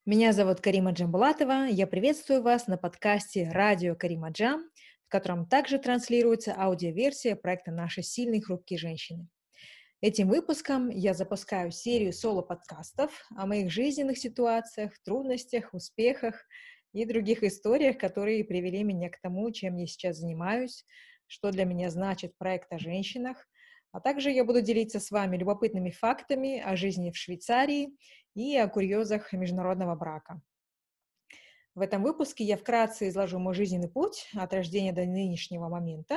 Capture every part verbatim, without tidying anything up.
Меня зовут Карима Джамбулатова. Я приветствую вас на подкасте «Радио Карима Джам», в котором также транслируется аудиоверсия проекта «Наши сильные хрупкие женщины». Этим выпуском я запускаю серию соло-подкастов о моих жизненных ситуациях, трудностях, успехах и других историях, которые привели меня к тому, чем я сейчас занимаюсь, что для меня значит проект о женщинах. А также я буду делиться с вами любопытными фактами о жизни в Швейцарии и о курьезах международного брака. В этом выпуске я вкратце изложу мой жизненный путь от рождения до нынешнего момента.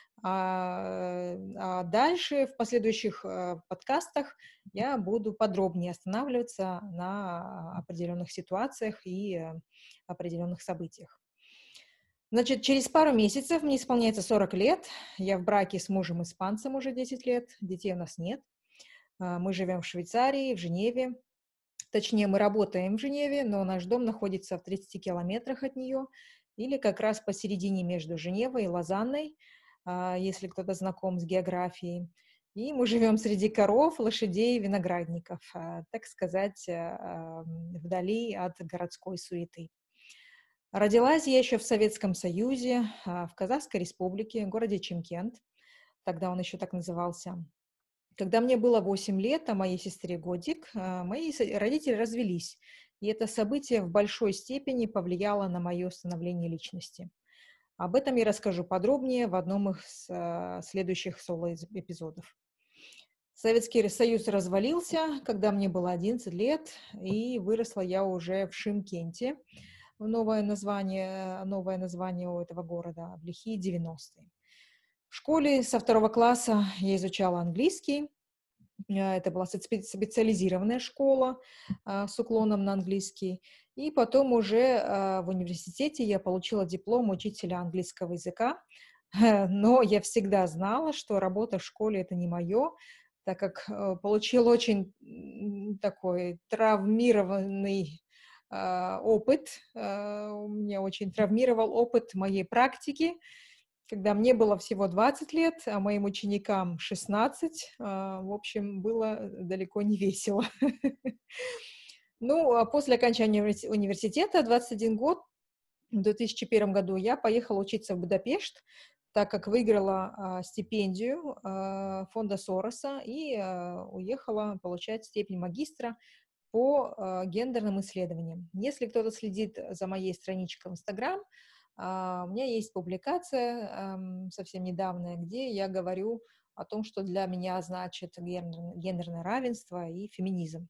А, а дальше в последующих э, подкастах я буду подробнее останавливаться на определенных ситуациях и э, определенных событиях. Значит, через пару месяцев мне исполняется сорок лет. Я в браке с мужем-испанцем уже десять лет. Детей у нас нет. А, Мы живем в Швейцарии, в Женеве. Точнее, мы работаем в Женеве, но наш дом находится в тридцати километрах от нее, или как раз посередине между Женевой и Лозанной, а, если кто-то знаком с географией. И мы живем среди коров, лошадей, виноградников, а, так сказать, а, м, вдали от городской суеты. Родилась я еще в Советском Союзе, а, в Казахской Республике, в городе Чимкент. Тогда он еще так назывался. Когда мне было восемь лет, а моей сестре годик, а, мои с- родители развелись, и это событие в большой степени повлияло на мое становление личности. Об этом я расскажу подробнее в одном из а, следующих соло-эпизодов. Советский Союз развалился, когда мне было одиннадцать лет, и выросла я уже в Шымкенте, в новое название, новое название у этого города, в лихие девяностые. В школе со второго класса я изучала английский. А, Это была специ- специализированная школа а, с уклоном на английский. И потом уже а, в университете я получила диплом учителя английского языка. Но я всегда знала, что работа в школе — это не мое, так как э, получила очень м, такой травмированный а, опыт. А, у меня очень травмировал опыт моей практики, когда мне было всего двадцать лет, а моим ученикам шестнадцать. А, в общем, было э, далеко не весело. Ну, а после окончания универси- университета, двадцать один год, в две тысячи первом году я поехала учиться в Будапешт, так как выиграла а, стипендию а, фонда Сороса и а, уехала получать степень магистра по а, гендерным исследованиям. Если кто-то следит за моей страничкой в Инстаграм, а, у меня есть публикация ам, совсем недавняя, где я говорю о том, что для меня значит гендерное, гендерное равенство и феминизм.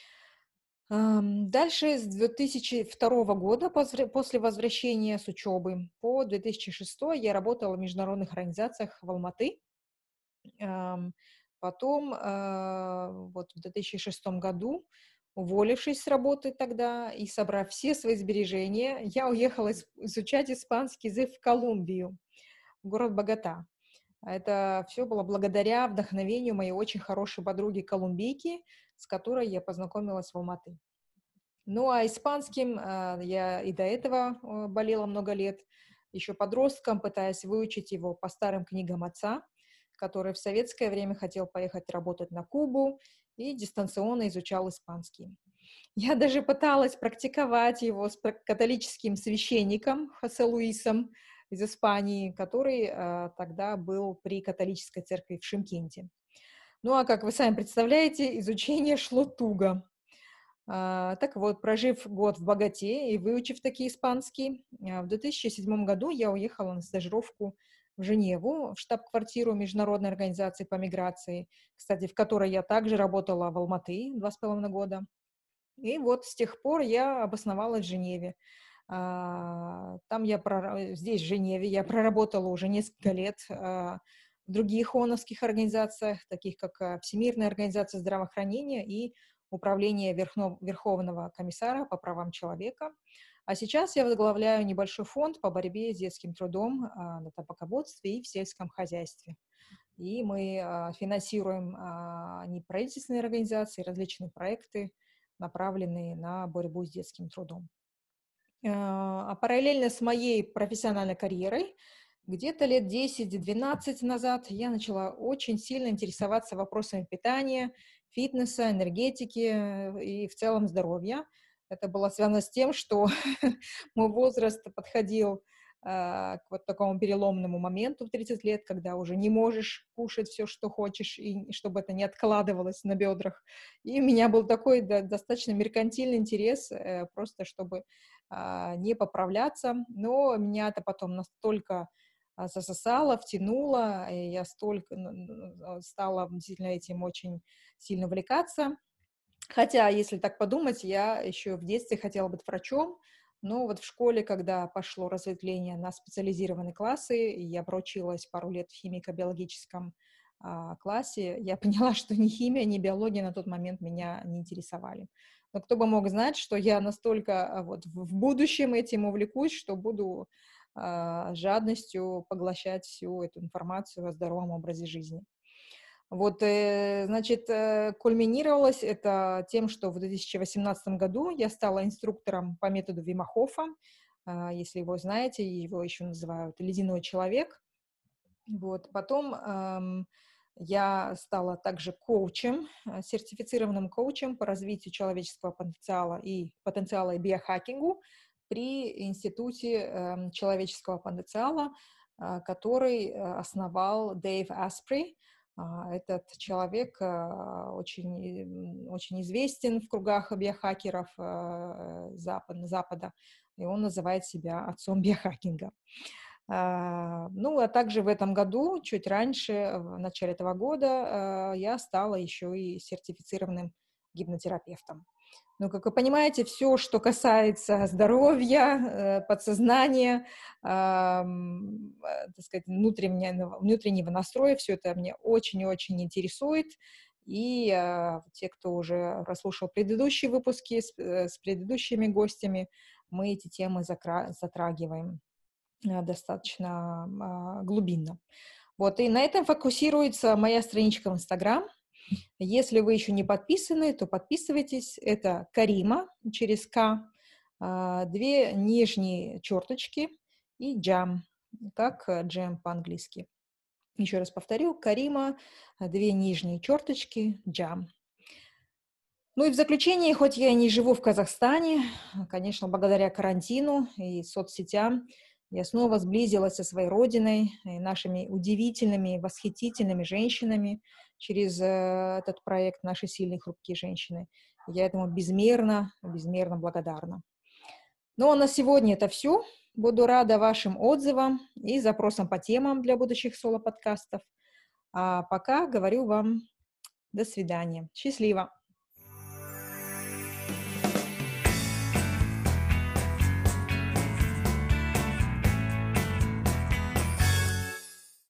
Ам, Дальше с две тысячи второго года, позвре- после возвращения с учебы, по две тысячи шестой я работала в международных организациях в Алматы. Ам, Потом, а, вот в две тысячи шестом году, уволившись с работы тогда и собрав все свои сбережения, я уехала ис- изучать испанский язык в Колумбию, в город Богота. Это все было благодаря вдохновению моей очень хорошей подруги колумбийки, с которой я познакомилась в Алматы. Ну, а испанским а, я и до этого а, болела много лет, еще подростком, пытаясь выучить его по старым книгам отца, который в советское время хотел поехать работать на Кубу и дистанционно изучал испанский. Я даже пыталась практиковать его с пр- католическим священником Хосе Луисом из Испании, который а, тогда был при католической церкви в Шимкенте. Ну, а как вы сами представляете, изучение шло туго. А, так вот, прожив год в Боготе и выучив такие испанский, а, в две тысячи седьмом году я уехала на стажировку в Женеву, в штаб-квартиру Международной организации по миграции, кстати, в которой я также работала в Алматы два с половиной года. И вот с тех пор я обосновалась в Женеве. А, Там я, прора- здесь, в Женеве, я проработала уже несколько лет а, в других ООНовских организациях, таких как а, Всемирная организация здравоохранения и Управление Верхно- Верховного комиссара по правам человека. А сейчас я возглавляю небольшой фонд по борьбе с детским трудом а, на табаководстве и в сельском хозяйстве. И мы а, финансируем а, неправительственные организации, различные проекты, направленные на борьбу с детским трудом. А а параллельно с моей профессиональной карьерой, где-то лет десять-двенадцать назад я начала очень сильно интересоваться вопросами питания, фитнеса, энергетики э, и в целом здоровья. Это было связано с тем, что мой возраст подходил а, к вот такому переломному моменту в тридцать лет, когда уже не можешь кушать все, что хочешь, и чтобы это не откладывалось на бедрах. И у меня был такой да, достаточно меркантильный интерес, э, просто чтобы а, не поправляться. Но меня это потом настолько а, засосало, втянуло, и я столько н- н- стала действительно этим очень сильно увлекаться. Хотя, если так подумать, я еще в детстве хотела быть врачом, но вот в школе, когда пошло разветвление на специализированные классы, и я проучилась пару лет в химико-биологическом а, классе, я поняла, что ни химия, ни биология на тот момент меня не интересовали. Но кто бы мог знать, что я настолько а, вот в в будущем этим увлекусь, что буду а, с жадностью поглощать всю эту информацию о здоровом образе жизни. Вот, э, значит, э, кульминировалось это тем, что в две тысячи восемнадцатом году я стала инструктором по методу Вима Хофа. А, если его знаете, его еще называют «ледяной человек». Вот. Потом ам, я стала также коучем, э, сертифицированным коучем по развитию человеческого потенциала и потенциала и биохакингу при Институте эм, человеческого потенциала, а, который э, основал Дэйв Аспри. А, Этот человек а, очень, м, очень известен в кругах биохакеров а, Запад- Запада, и он называет себя отцом биохакинга. А, Ну, а также в этом году, чуть раньше, в начале этого года, а, я стала еще и сертифицированным гипнотерапевтом. Ну, как вы понимаете, все, что касается здоровья, э, подсознания, ам, э, так сказать, внутреннего, внутреннего настроя, все это меня очень и очень интересует. И а, те, кто уже прослушал предыдущие выпуски с, э, с предыдущими гостями, мы эти темы закра- затрагиваем э, достаточно а, глубинно. Вот, и на этом фокусируется моя страничка в Инстаграм. Если вы еще не подписаны, то подписывайтесь. Это Карима через К, а, две нижние черточки и джам, как э, джем по-английски. Еще раз повторю, Карима, а, две нижние черточки, джам. Ну и в заключение, хоть я и не живу в Казахстане, конечно, благодаря карантину и соцсетям, я снова сблизилась со своей родиной и нашими удивительными, восхитительными женщинами через э, этот проект «Наши сильные, хрупкие женщины». Я этому безмерно, безмерно благодарна. Ну а на сегодня это все. Буду рада вашим отзывам и запросам по темам для будущих соло-подкастов. А пока говорю вам до свидания. Счастливо!